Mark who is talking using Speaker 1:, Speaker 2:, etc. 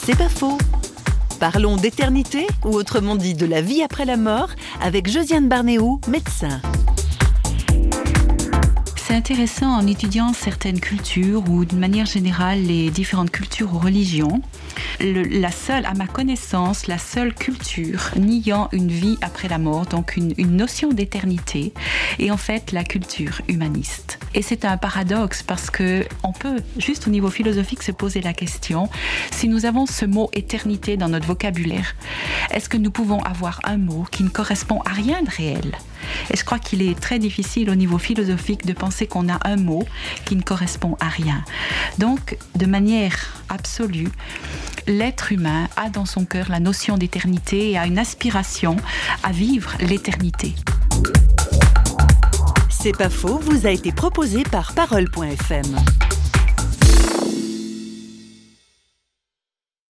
Speaker 1: C'est pas faux. Parlons d'éternité, ou autrement dit de la vie après la mort, avec Josiane Barnéou, médecin.
Speaker 2: C'est intéressant en étudiant certaines cultures ou de manière générale les différentes cultures ou religions. À ma connaissance, la seule culture niant une vie après la mort, donc une notion d'éternité, est en fait la culture humaniste. Et c'est un paradoxe parce qu'on peut, juste au niveau philosophique, se poser la question, si nous avons ce mot éternité dans notre vocabulaire, est-ce que nous pouvons avoir un mot qui ne correspond à rien de réel ? Et je crois qu'il est très difficile au niveau philosophique de penser qu'on a un mot qui ne correspond à rien. Donc, de manière absolue, l'être humain a dans son cœur la notion d'éternité et a une aspiration à vivre l'éternité.
Speaker 1: C'est pas faux, vous a été proposé par Parole.fm.